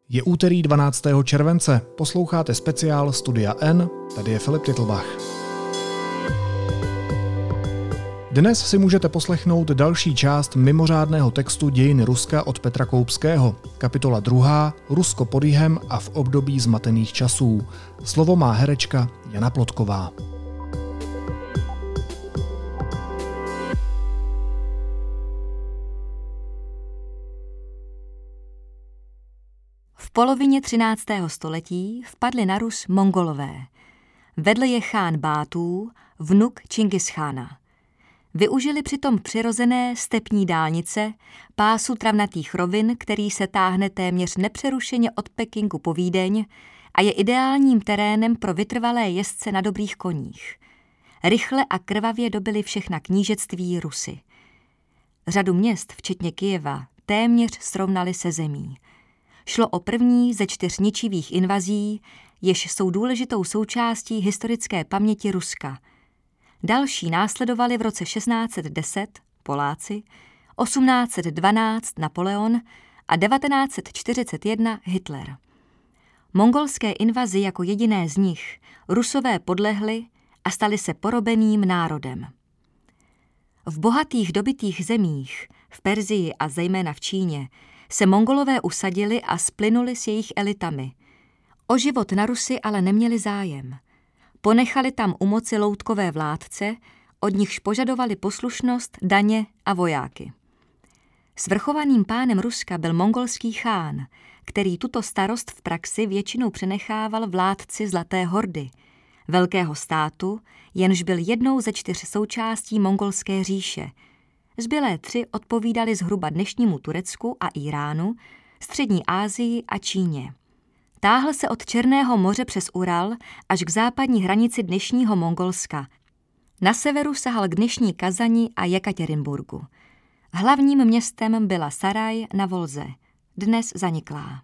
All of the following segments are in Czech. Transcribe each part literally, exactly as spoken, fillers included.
Je úterý dvanáctého července, posloucháte speciál Studia N, tady je Filip Titlbach. Dnes si můžete poslechnout další část mimořádného textu Dějiny Ruska od Petra Koupského, kapitola druhá, Rusko pod jihem a v období zmatených časů. Slovo má herečka Jana Plotková. V polovině třináctého století vpadli na Rus Mongolové. Vedl je chán Bátů, vnuk Čingischána. Využili přitom přirozené stepní dálnice, pásu travnatých rovin, který se táhne téměř nepřerušeně od Pekingu po Vídeň a je ideálním terénem pro vytrvalé jezdce na dobrých koních. Rychle a krvavě dobyli všechna knížectví Rusy. Řadu měst, včetně Kyjeva, téměř srovnali se zemí. Šlo o první ze čtyř ničivých invazí, jež jsou důležitou součástí historické paměti Ruska. Další následovali v roce šestnáct set deset Poláci, osmnáct set dvanáct Napoleon a devatenáct set čtyřicet jedna Hitler. Mongolské invazi jako jediné z nich Rusové podlehli a stali se porobeným národem. V bohatých dobytých zemích, v Persii a zejména v Číně, se Mongolové usadili a splynuli s jejich elitami. O život na Rusy ale neměli zájem. Ponechali tam u moci loutkové vládce, od nichž požadovali poslušnost, daně a vojáky. Svrchovaným pánem Ruska byl mongolský chán, který tuto starost v praxi většinou přenechával vládci Zlaté Hordy, velkého státu, jenž byl jednou ze čtyř součástí mongolské říše. Zbylé tři odpovídaly zhruba dnešnímu Turecku a Íránu, střední Asii a Číně. Táhl se od Černého moře přes Ural až k západní hranici dnešního Mongolska. Na severu sahal k dnešní Kazani a Jekatěrinburgu. Hlavním městem byla Saraj na Volze, dnes zaniklá.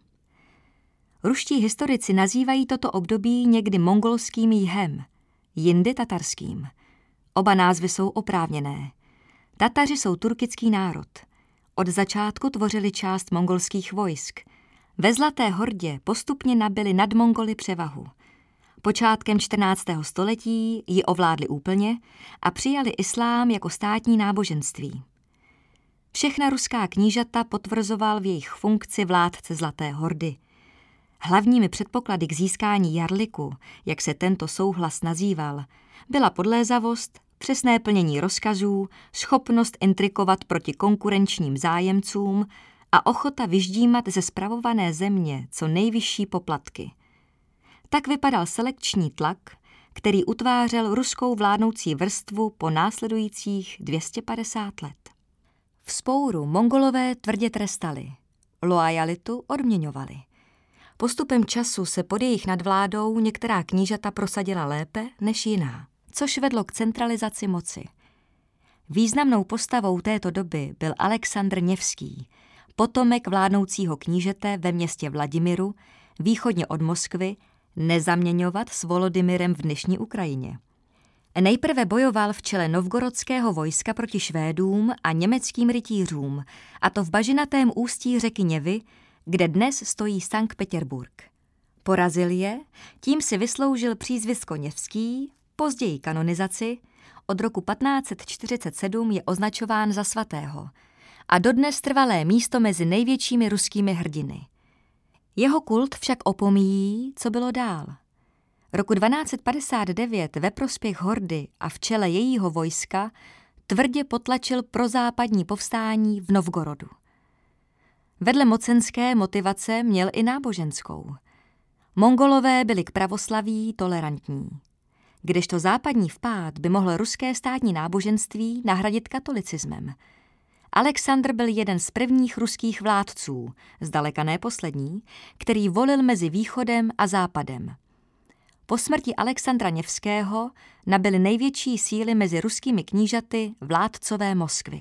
Ruští historici nazývají toto období někdy mongolským jihem, jindy tatarským. Oba názvy jsou oprávněné. Tataři jsou turkický národ. Od začátku tvořili část mongolských vojsk. Ve Zlaté Hordě postupně nabyli nad Mongoly převahu. Počátkem čtrnáctého století ji ovládli úplně a přijali islám jako státní náboženství. Všechna ruská knížata potvrzoval v jejich funkci vládce Zlaté Hordy. Hlavními předpoklady k získání jarliku, jak se tento souhlas nazýval, byla podlézavost, přesné plnění rozkazů, schopnost intrikovat proti konkurenčním zájemcům a ochota vyždímat ze spravované země co nejvyšší poplatky. Tak vypadal selekční tlak, který utvářel ruskou vládnoucí vrstvu po následujících dvě stě padesát let. Vzpouru Mongolové tvrdě trestali, loajalitu odměňovali. Postupem času se pod jejich nadvládou některá knížata prosadila lépe než jiná, což vedlo k centralizaci moci. Významnou postavou této doby byl Alexandr Nevský, potomek vládnoucího knížete ve městě Vladimiru, východně od Moskvy, nezaměňovat s Volodymyrem v dnešní Ukrajině. Nejprve bojoval v čele novgorodského vojska proti Švédům a německým rytířům, a to v bažinatém ústí řeky Něvy, kde dnes stojí Sankt Petěrburg. Porazil je, tím si vysloužil přízvisko Nevský, později kanonizaci, od roku patnáct set čtyřicet sedm je označován za svatého a dodnes trvalé místo mezi největšími ruskými hrdiny. Jeho kult však opomíjí, co bylo dál. Roku dvanáct set padesát devět ve prospěch Hordy a v čele jejího vojska tvrdě potlačil prozápadní povstání v Novgorodu. Vedle mocenské motivace měl i náboženskou. Mongolové byli k pravoslaví tolerantní. Kdežto západní vpád by mohl ruské státní náboženství nahradit katolicismem. Alexandr byl jeden z prvních ruských vládců, zdaleka ne poslední, který volil mezi východem a západem. Po smrti Alexandra Nevského nabyly největší síly mezi ruskými knížaty vládcové Moskvy.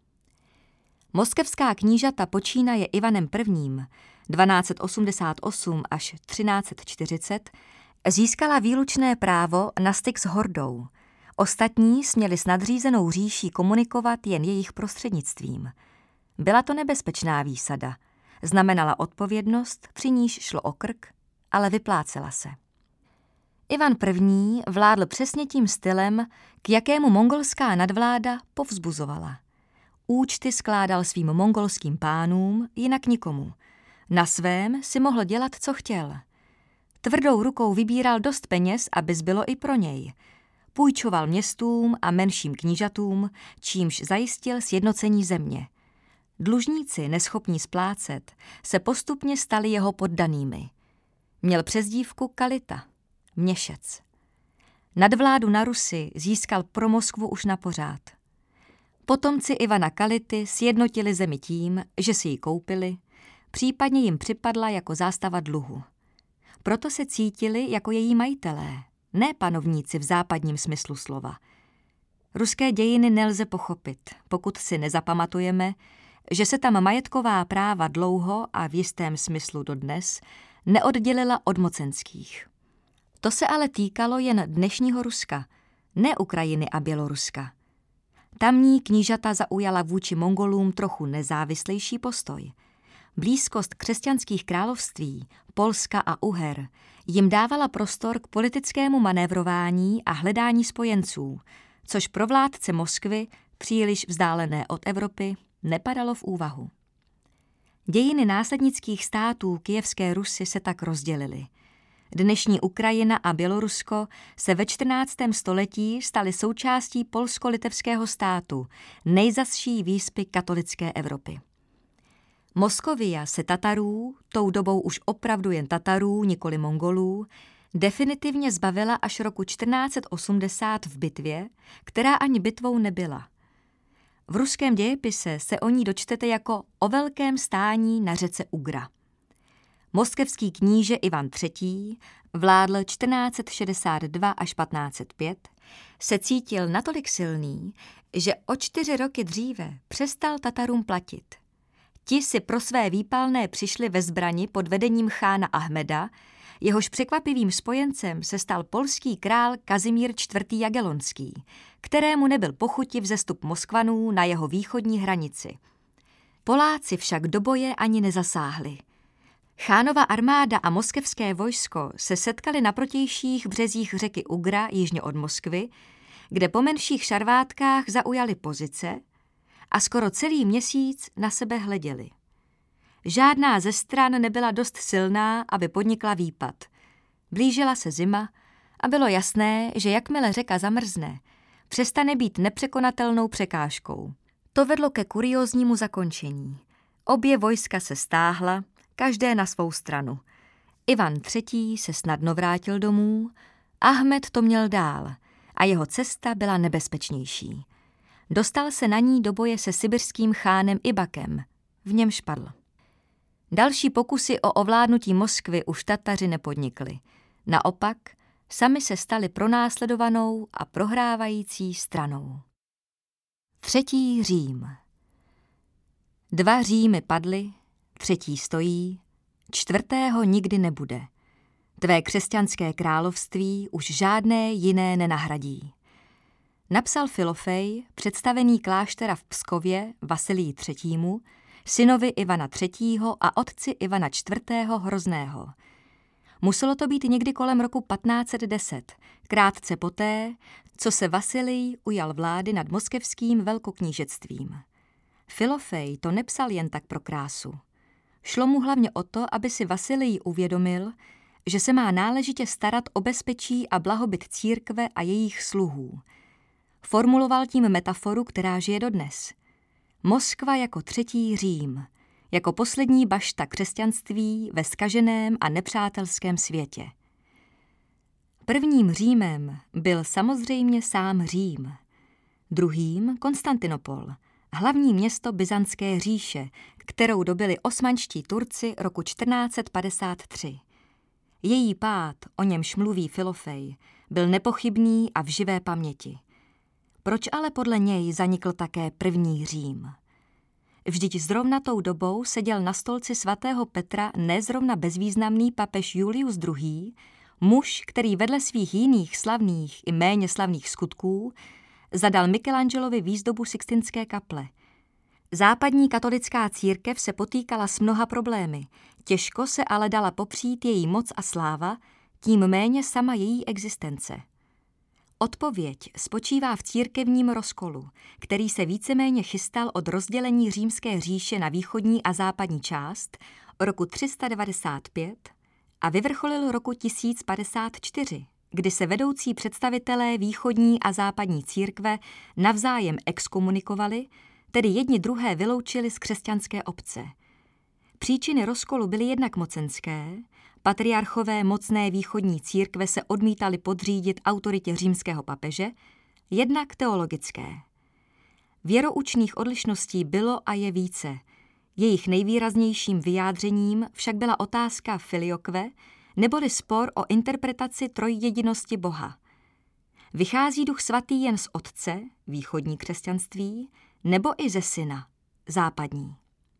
Moskevská knížata počínaje Ivanem I. dvanáct set osmdesát osm až třináct set čtyřicet získala výlučné právo na styk s Hordou. Ostatní směli s nadřízenou říší komunikovat jen jejich prostřednictvím. Byla to nebezpečná výsada. Znamenala odpovědnost, při níž šlo o krk, ale vyplácela se. Ivan I. vládl přesně tím stylem, k jakému mongolská nadvláda povzbuzovala. Účty skládal svým mongolským pánům, jinak nikomu. Na svém si mohl dělat, co chtěl. Tvrdou rukou vybíral dost peněz, aby zbylo i pro něj. Půjčoval městům a menším knížatům, čímž zajistil sjednocení země. Dlužníci, neschopní splácet, se postupně stali jeho poddanými. Měl přezdívku Kalita, měšec. Nadvládu na Rusy získal pro Moskvu už napořád. Potomci Ivana Kality sjednotili zemi tím, že si ji koupili, případně jim připadla jako zástava dluhu. Proto se cítili jako její majitelé, ne panovníci v západním smyslu slova. Ruské dějiny nelze pochopit, pokud si nezapamatujeme, že se tam majetková práva dlouho a v jistém smyslu dodnes neoddělila od mocenských. To se ale týkalo jen dnešního Ruska, ne Ukrajiny a Běloruska. Tamní knížata zaujala vůči Mongolům trochu nezávislejší postoj. Blízkost křesťanských království, Polska a Uher, jim dávala prostor k politickému manévrování a hledání spojenců, což pro vládce Moskvy, příliš vzdálené od Evropy, nepadalo v úvahu. Dějiny následnických států Kyjevské Rusy se tak rozdělily. Dnešní Ukrajina a Bělorusko se ve čtrnáctém století staly součástí polsko-litevského státu, nejzazší výspy katolické Evropy. Moskovia se Tatarů, tou dobou už opravdu jen Tatarů, nikoli Mongolů, definitivně zbavila až roku čtrnáct set osmdesát v bitvě, která ani bitvou nebyla. V ruském dějepise se o ní dočtete jako o velkém stání na řece Ugra. Moskevský kníže Ivan třetí. Vládl čtrnáct set šedesát dva až patnáct set pět, se cítil natolik silný, že o čtyři roky dříve přestal Tatarům platit. Ti si pro své výpalné přišli ve zbrani pod vedením chána Ahmeda, jehož překvapivým spojencem se stal polský král Kazimír čtvrtý. Jagellonský, kterému nebyl pochuti vzestup Moskvanů na jeho východní hranici. Poláci však do boje ani nezasáhli. Chánova armáda a moskevské vojsko se setkali na protějších březích řeky Ugra jižně od Moskvy, kde po menších šarvátkách zaujali pozice a skoro celý měsíc na sebe hleděli. Žádná ze stran nebyla dost silná, aby podnikla výpad. Blížila se zima a bylo jasné, že jakmile řeka zamrzne, přestane být nepřekonatelnou překážkou. To vedlo ke kurióznímu zakončení. Obě vojska se stáhla, každé na svou stranu. Ivan třetí. se snadno vrátil domů, Ahmed to měl dál a jeho cesta byla nebezpečnější. Dostal se na ní do boje se sibirským chánem Ibakem, v němž padl. Další pokusy o ovládnutí Moskvy už Tataři nepodnikli. Naopak, sami se stali pronásledovanou a prohrávající stranou. Třetí Řím. Dva Římy padly, třetí stojí, čtvrtého nikdy nebude. Tvé křesťanské království už žádné jiné nenahradí. Napsal Filofej, představený kláštera v Pskově Vasilii třetímu., synovi Ivana třetího. a otci Ivana čtvrtého. Hrozného. Muselo to být někdy kolem roku patnáct set deset, krátce poté, co se Vasilij ujal vlády nad moskevským velkoknížectvím. Filofej to nepsal jen tak pro krásu. Šlo mu hlavně o to, aby si Vasilij uvědomil, že se má náležitě starat o bezpečí a blahobyt církve a jejich sluhů. Formuloval tím metaforu, která žije dodnes. Moskva jako třetí Řím, jako poslední bašta křesťanství ve zkaženém a nepřátelském světě. Prvním Římem byl samozřejmě sám Řím, druhým Konstantinopol, hlavní město Byzantské říše, kterou dobyli osmanští Turci roku čtrnáct set padesát tři. Její pád, o němž mluví Filofej, byl nepochybný a v živé paměti. Proč ale podle něj zanikl také první Řím? Vždyť zrovna tou dobou seděl na stolci svatého Petra nezrovna bezvýznamný papež Julius druhý., muž, který vedle svých jiných slavných i méně slavných skutků zadal Michelangelovi výzdobu Sixtinské kaple. Západní katolická církev se potýkala s mnoha problémy, těžko se ale dala popřít její moc a sláva, tím méně sama její existence. Odpověď spočívá v církevním rozkolu, který se víceméně chystal od rozdělení Římské říše na východní a západní část roku tři sta devadesát pět a vyvrcholil roku tisíc padesát čtyři, kdy se vedoucí představitelé východní a západní církve navzájem exkomunikovali, tedy jedni druhé vyloučili z křesťanské obce. Příčiny rozkolu byly jednak mocenské, patriarchové mocné východní církve se odmítali podřídit autoritě římského papeže, jednak teologické. Věroučných odlišností bylo a je více. Jejich nejvýraznějším vyjádřením však byla otázka filioque, neboli spor o interpretaci trojjedinosti Boha. Vychází Duch svatý jen z Otce, východní křesťanství, nebo i ze Syna, západní.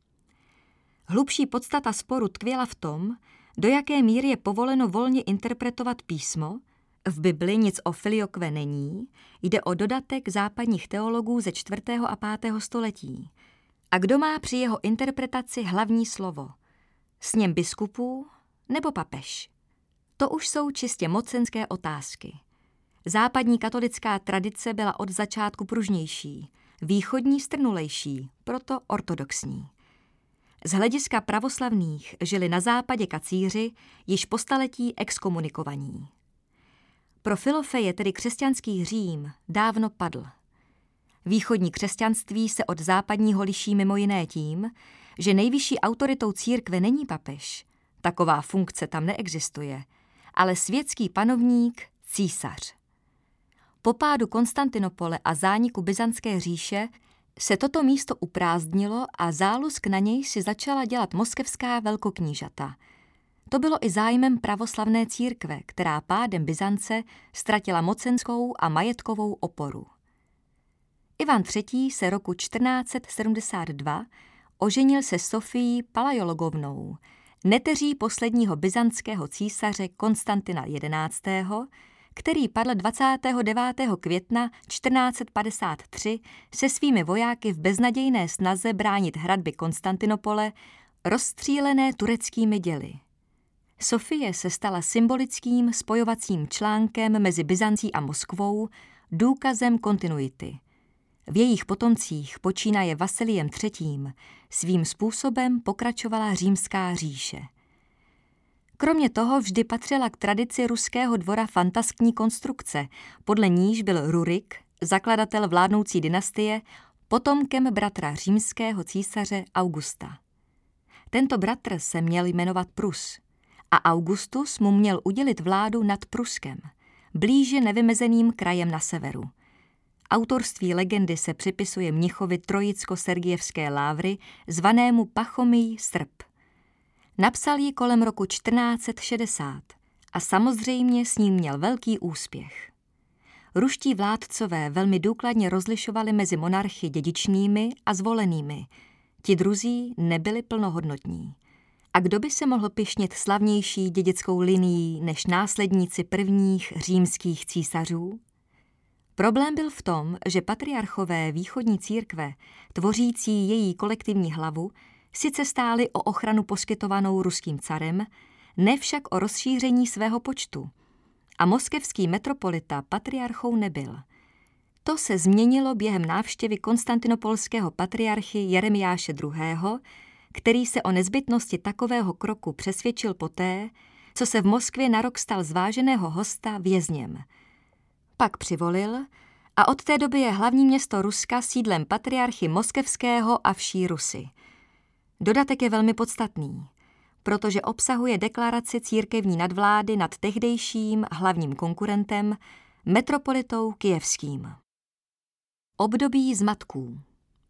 Hlubší podstata sporu tkvěla v tom, do jaké míry je povoleno volně interpretovat písmo. V Bibli nic o filioque není, jde o dodatek západních teologů ze čtvrtého a pátého století. A kdo má při jeho interpretaci hlavní slovo? Sněm biskupů nebo papež? To už jsou čistě mocenské otázky. Západní katolická tradice byla od začátku pružnější, východní strnulejší, proto ortodoxní. Z hlediska pravoslavných žili na západě kacíři již po staletí exkomunikovaní. Pro Filofeje, tedy křesťanský Řím, dávno padl. Východní křesťanství se od západního liší mimo jiné tím, že nejvyšší autoritou církve není papež, taková funkce tam neexistuje, ale světský panovník, císař. Po pádu Konstantinopole a zániku Byzantské říše se toto místo uprázdnilo a zálusk na něj si začala dělat moskevská velkoknížata. To bylo i zájmem pravoslavné církve, která pádem Byzance ztratila mocenskou a majetkovou oporu. Ivan třetí. se roku čtrnáct set sedmdesát dva oženil se Sofií Palaiologovnou, neteří posledního byzantského císaře Konstantina jedenáctého., který padl dvacátého devátého května čtrnáct set padesát tři se svými vojáky v beznadějné snaze bránit hradby Konstantinopole, rozstřílené tureckými děly. Sofie se stala symbolickým spojovacím článkem mezi Byzancí a Moskvou, důkazem kontinuity. V jejich potomcích počínaje Vasiliem třetím. svým způsobem pokračovala Římská říše. Kromě toho vždy patřila k tradici ruského dvora fantaskní konstrukce, podle níž byl Rurik, zakladatel vládnoucí dynastie, potomkem bratra římského císaře Augusta. Tento bratr se měl jmenovat Prus a Augustus mu měl udělit vládu nad Pruskem, blíže nevymezeným krajem na severu. Autorství legendy se připisuje mnichovi Trojicko-Sergijevské lávry zvanému Pachomij Srb. Napsal ji kolem roku čtrnáct set šedesát a samozřejmě s ním měl velký úspěch. Ruští vládcové velmi důkladně rozlišovali mezi monarchy dědičnými a zvolenými. Ti druzí nebyli plnohodnotní. A kdo by se mohl pyšnit slavnější dědickou linií než následníci prvních římských císařů? Problém byl v tom, že patriarchové východní církve, tvořící její kolektivní hlavu, sice stáli o ochranu poskytovanou ruským carem, ne však o rozšíření svého počtu. A moskevský metropolita patriarchou nebyl. To se změnilo během návštěvy konstantinopolského patriarchy Jeremiáše druhého., který se o nezbytnosti takového kroku přesvědčil poté, co se v Moskvě na rok stal z váženého hosta vězněm. Pak přivolil a od té doby je hlavní město Ruska sídlem patriarchy moskevského a vší Rusy. Dodatek je velmi podstatný, protože obsahuje deklaraci církevní nadvlády nad tehdejším hlavním konkurentem, metropolitou kyjevským. Období zmatků.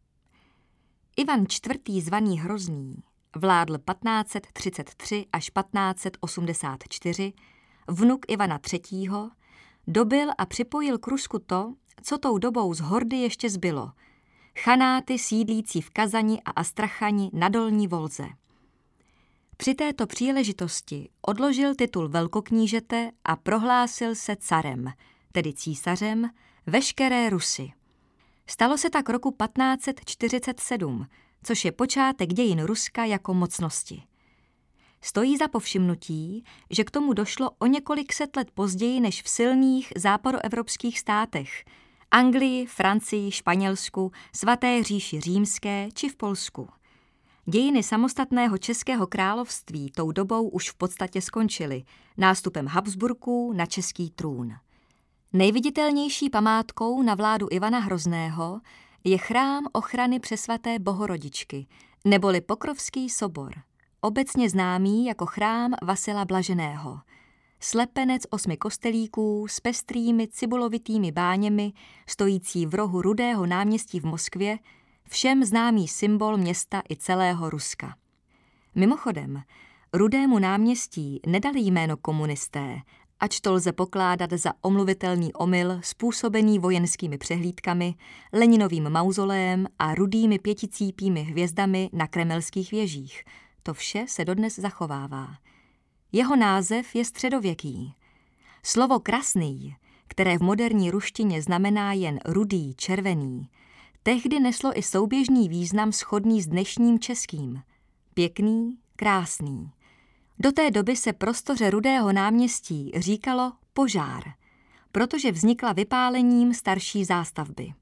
Ivan čtvrtý. zvaný Hrozný vládl patnáct set třicet tři až patnáct set osmdesát čtyři, vnuk Ivana třetího., dobil a připojil k Rusku to, co tou dobou z Hordy ještě zbylo, chanáty sídlící v Kazani a Astrachani na Dolní Volze. Při této příležitosti odložil titul velkoknížete a prohlásil se carem, tedy císařem, veškeré Rusy. Stalo se tak roku patnáct set čtyřicet sedm, což je počátek dějin Ruska jako mocnosti. Stojí za povšimnutí, že k tomu došlo o několik set let později než v silných západoevropských státech, Anglii, Francii, Španělsku, Svaté říši římské či v Polsku. Dějiny samostatného Českého království tou dobou už v podstatě skončily nástupem Habsburků na český trůn. Nejviditelnější památkou na vládu Ivana Hrozného je chrám ochrany Přesvaté Bohorodičky, neboli Pokrovský sobor, obecně známý jako chrám Vasila Blaženého. Slepenec osmi kostelíků s pestrými cibulovitými báněmi, stojící v rohu Rudého náměstí v Moskvě, všem známý symbol města i celého Ruska. Mimochodem, Rudému náměstí nedali jméno komunisté, ač to lze pokládat za omluvitelný omyl způsobený vojenskými přehlídkami, Leninovým mauzoleem a rudými pěticípými hvězdami na kremelských věžích. To vše se dodnes zachovává. Jeho název je středověký. Slovo krasný, které v moderní ruštině znamená jen rudý, červený, tehdy neslo i souběžný význam shodný s dnešním českým. Pěkný, krásný. Do té doby se prostoře Rudého náměstí říkalo požár, protože vznikla vypálením starší zástavby.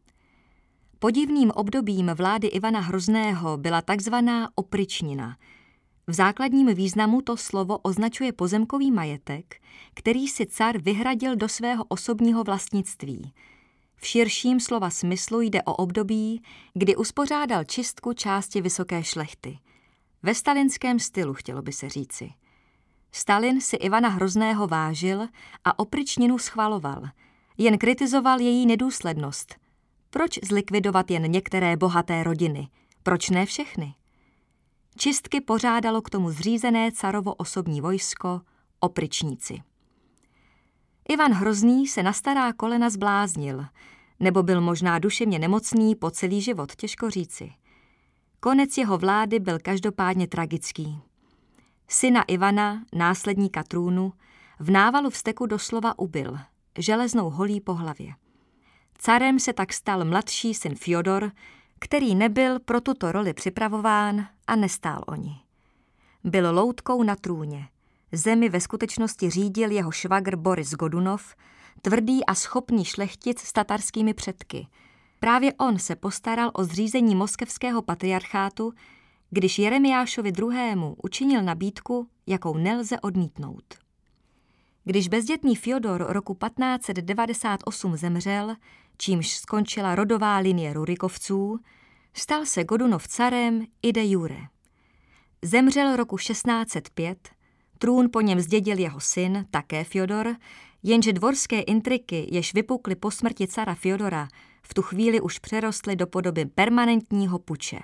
Podivným obdobím vlády Ivana Hrozného byla takzvaná opryčnina. V základním významu to slovo označuje pozemkový majetek, který si car vyhradil do svého osobního vlastnictví. V širším slova smyslu jde o období, kdy uspořádal čistku části vysoké šlechty. Ve stalinském stylu, chtělo by se říci. Stalin si Ivana Hrozného vážil a opryčninu schvaloval. Jen kritizoval její nedůslednost. Proč zlikvidovat jen některé bohaté rodiny? Proč ne všechny? Čistky pořádalo k tomu zřízené carovo osobní vojsko, opryčníci. Ivan Hrozný se na stará kolena zbláznil, nebo byl možná duševně nemocný po celý život, těžko říci. Konec jeho vlády byl každopádně tragický. Syna Ivana, následníka trůnu, v návalu vzteku doslova ubil, železnou holí po hlavě. Carem se tak stal mladší syn Fjodor, který nebyl pro tuto roli připravován a nestál o ní. Byl loutkou na trůně. Zemi ve skutečnosti řídil jeho švagr Boris Godunov, tvrdý a schopný šlechtic s tatarskými předky. Právě on se postaral o zřízení moskevského patriarchátu, když Jeremiášovi druhému učinil nabídku, jakou nelze odmítnout. Když bezdětný Fjodor roku patnáct set devadesát osm zemřel, čímž skončila rodová linie Rurikovců, stal se Godunov carem i de jure. Zemřel roku šestnáct set pět, trůn po něm zdědil jeho syn, také Fjodor, jenže dvorské intriky, jež vypukly po smrti cara Fjodora, v tu chvíli už přerostly do podoby permanentního puče.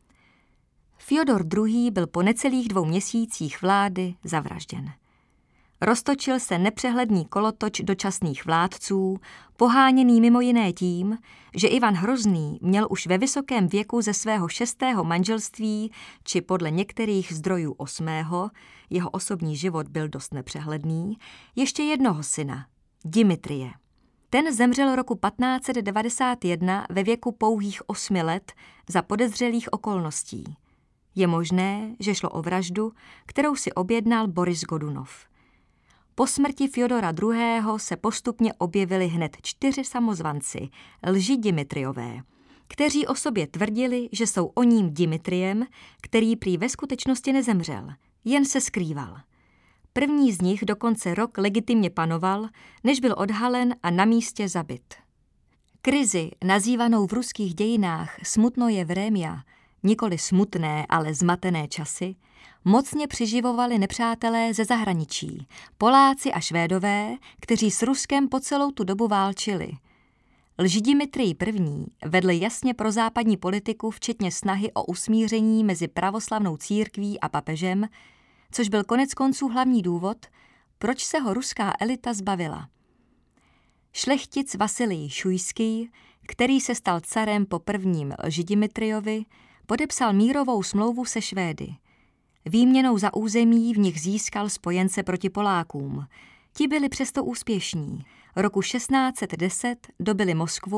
Fjodor druhý. Byl po necelých dvou měsících vlády zavražděn. Roztočil se nepřehledný kolotoč dočasných vládců, poháněný mimo jiné tím, že Ivan Hrozný měl už ve vysokém věku ze svého šestého manželství, či podle některých zdrojů osmého, jeho osobní život byl dost nepřehledný, ještě jednoho syna, Dimitrie. Ten zemřel roku patnáct set devadesát jedna ve věku pouhých osmi let za podezřelých okolností. Je možné, že šlo o vraždu, kterou si objednal Boris Godunov. Po smrti Fjodora druhého. se postupně objevili hned čtyři samozvanci, lži Dimitriové, kteří o sobě tvrdili, že jsou oním Dimitriem, který prý ve skutečnosti nezemřel, jen se skrýval. První z nich dokonce rok legitimně panoval, než byl odhalen a na místě zabit. Krizi, nazývanou v ruských dějinách smutnoje vremia, nikoli smutné, ale zmatené časy, mocně přiživovali nepřátelé ze zahraničí, Poláci a Švédové, kteří s Ruskem po celou tu dobu válčili. Lži Dimitrij první. vedl jasně prozápadní politiku, včetně snahy o usmíření mezi pravoslavnou církví a papežem, což byl konec konců hlavní důvod, proč se ho ruská elita zbavila. Šlechtic Vasilij Šujský, který se stal carem po prvním lži Dimitrijovi, podepsal mírovou smlouvu se Švédy. Výměnou za území v nich získal spojence proti Polákům. Ti byli přesto úspěšní. Roku šestnáct set deset dobili Moskvu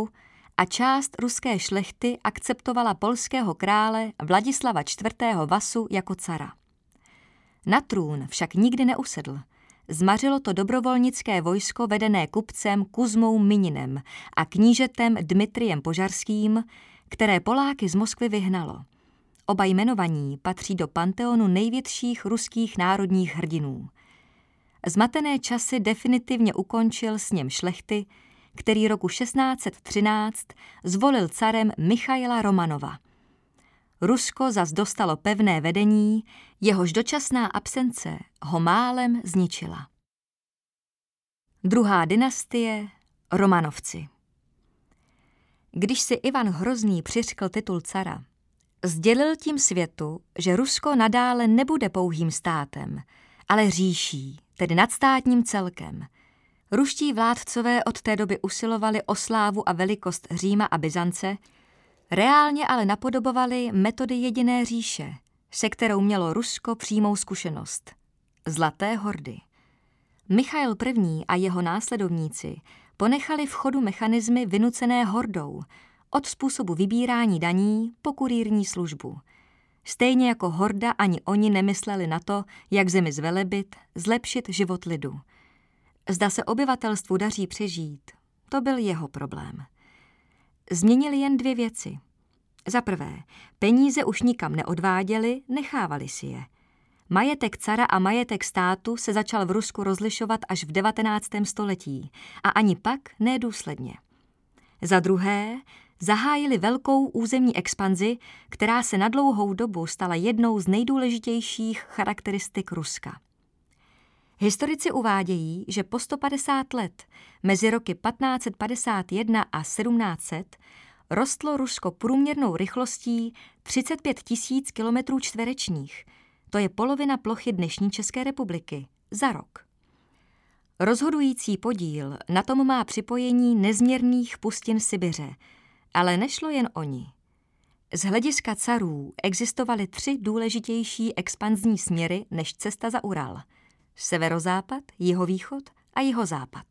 a část ruské šlechty akceptovala polského krále Vladislava čtvrtého. Vasu jako cara. Na trůn však nikdy neusedl. Zmařilo to dobrovolnické vojsko vedené kupcem Kuzmou Mininem a knížetem Dmitrijem Požarským, které Poláky z Moskvy vyhnalo. Oba jmenovaní patří do panteonu největších ruských národních hrdinů. Zmatené časy definitivně ukončil sněm šlechty, který roku šestnáct set třináct zvolil carem Michaila Romanova. Rusko zas dostalo pevné vedení, jehož dočasná absence ho málem zničila. Druhá dynastie, Romanovci. Když si Ivan Hrozný přiřkl titul cara, sdělil tím světu, že Rusko nadále nebude pouhým státem, ale říší, tedy nadstátním celkem. Ruští vládcové od té doby usilovali o slávu a velikost Říma a Byzance, reálně ale napodobovali metody jediné říše, se kterou mělo Rusko přímou zkušenost. Zlaté hordy. Michail I. a jeho následovníci ponechali v chodu mechanismy vynucené hordou, od způsobu vybírání daní po kurýrní službu. Stejně jako horda ani oni nemysleli na to, jak zemi zvelebit, zlepšit život lidu. Zda se obyvatelstvu daří přežít, to byl jeho problém. Změnili jen dvě věci. Za prvé, peníze už nikam neodváděli, nechávali si je. Majetek cara a majetek státu se začal v Rusku rozlišovat až v devatenáctém století a ani pak nedůsledně. Za druhé, zahájili velkou územní expanzi, která se na dlouhou dobu stala jednou z nejdůležitějších charakteristik Ruska. Historici uvádějí, že po sto padesát let, mezi roky patnáct set padesát jedna a sedmnáct set, rostlo Rusko průměrnou rychlostí třicet pět tisíc kilometrů čtverečních. To je polovina plochy dnešní České republiky. Za rok. Rozhodující podíl na tom má připojení nezměrných pustin Sibiře, ale nešlo jen o ní. Z hlediska carů existovaly tři důležitější expanzní směry než cesta za Ural. Severozápad, jihovýchod a jihozápad.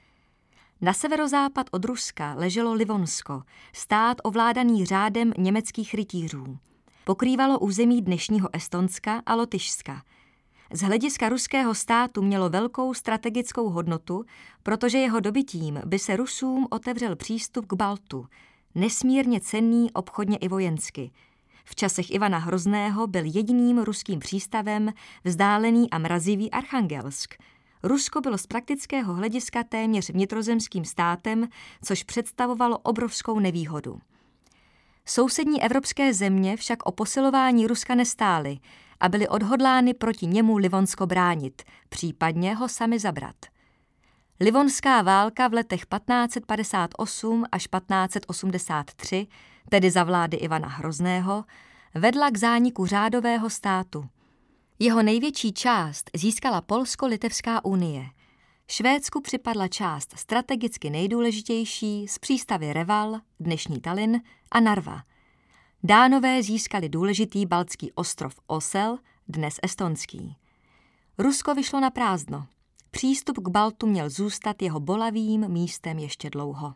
Na severozápad od Ruska leželo Livonsko, stát ovládaný řádem německých rytířů. Pokrývalo území dnešního Estonska a Lotyšska. Z hlediska ruského státu mělo velkou strategickou hodnotu, protože jeho dobytím by se Rusům otevřel přístup k Baltu, nesmírně cenný obchodně i vojensky. V časech Ivana Hrozného byl jediným ruským přístavem vzdálený a mrazivý Archangelsk. Rusko bylo z praktického hlediska téměř vnitrozemským státem, což představovalo obrovskou nevýhodu. Sousední evropské země však o posilování Ruska nestály a byly odhodlány proti němu Livonsko bránit, případně ho sami zabrat. Livonská válka v letech patnáct set padesát osm až patnáct set osmdesát tři, tedy za vlády Ivana Hrozného, vedla k zániku řádového státu. Jeho největší část získala Polsko-Litevská unie. Švédsku připadla část strategicky nejdůležitější z přístavy Reval, dnešní Tallinn, a Narva. Dánové získali důležitý baltský ostrov Osel, dnes estonský. Rusko vyšlo na prázdno. Přístup k Baltu měl zůstat jeho bolavým místem ještě dlouho.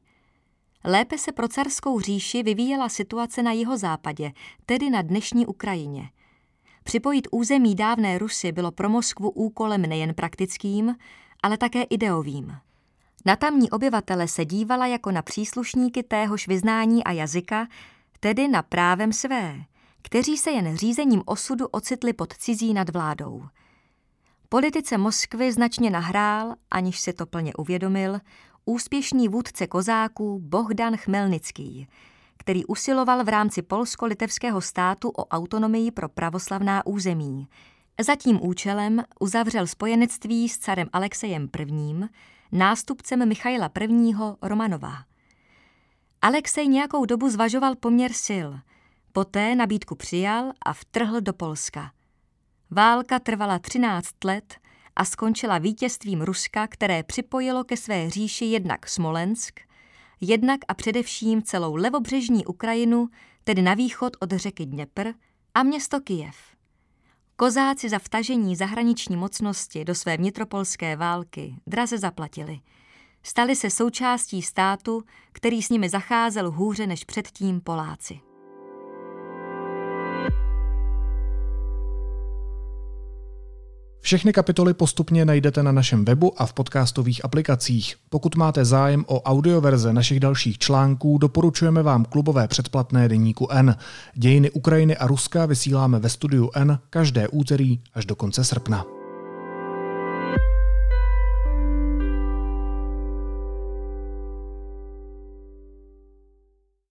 Lépe se pro carskou říši vyvíjela situace na jihozápadě, tedy na dnešní Ukrajině. Připojit území dávné Rusy bylo pro Moskvu úkolem nejen praktickým, ale také ideovým. Na tamní obyvatele se dívala jako na příslušníky téhož vyznání a jazyka, tedy na právem své, kteří se jen řízením osudu ocitli pod cizí nadvládou. Politice Moskvy značně nahrál, aniž si to plně uvědomil, úspěšný vůdce kozáků Bohdan Chmelnický, který usiloval v rámci polsko-litevského státu o autonomii pro pravoslavná území. Za tím účelem uzavřel spojenectví s carem Alexejem I., nástupcem Michaila I. Romanova. Alexej nějakou dobu zvažoval poměr sil, poté nabídku přijal a vtrhl do Polska. Válka trvala třináct let a skončila vítězstvím Ruska, které připojilo ke své říši jednak Smolensk, jednak a především celou levobřežní Ukrajinu, tedy na východ od řeky Dněpr, a město Kyjev. Kozáci za vtažení zahraniční mocnosti do své vnitropolské války draze zaplatili. Stali se součástí státu, který s nimi zacházel hůře než předtím Poláci. Všechny kapitoly postupně najdete na našem webu a v podcastových aplikacích. Pokud máte zájem o audioverze našich dalších článků, doporučujeme vám klubové předplatné deníku N. Dějiny Ukrajiny a Ruska vysíláme ve studiu N každé úterý až do konce srpna.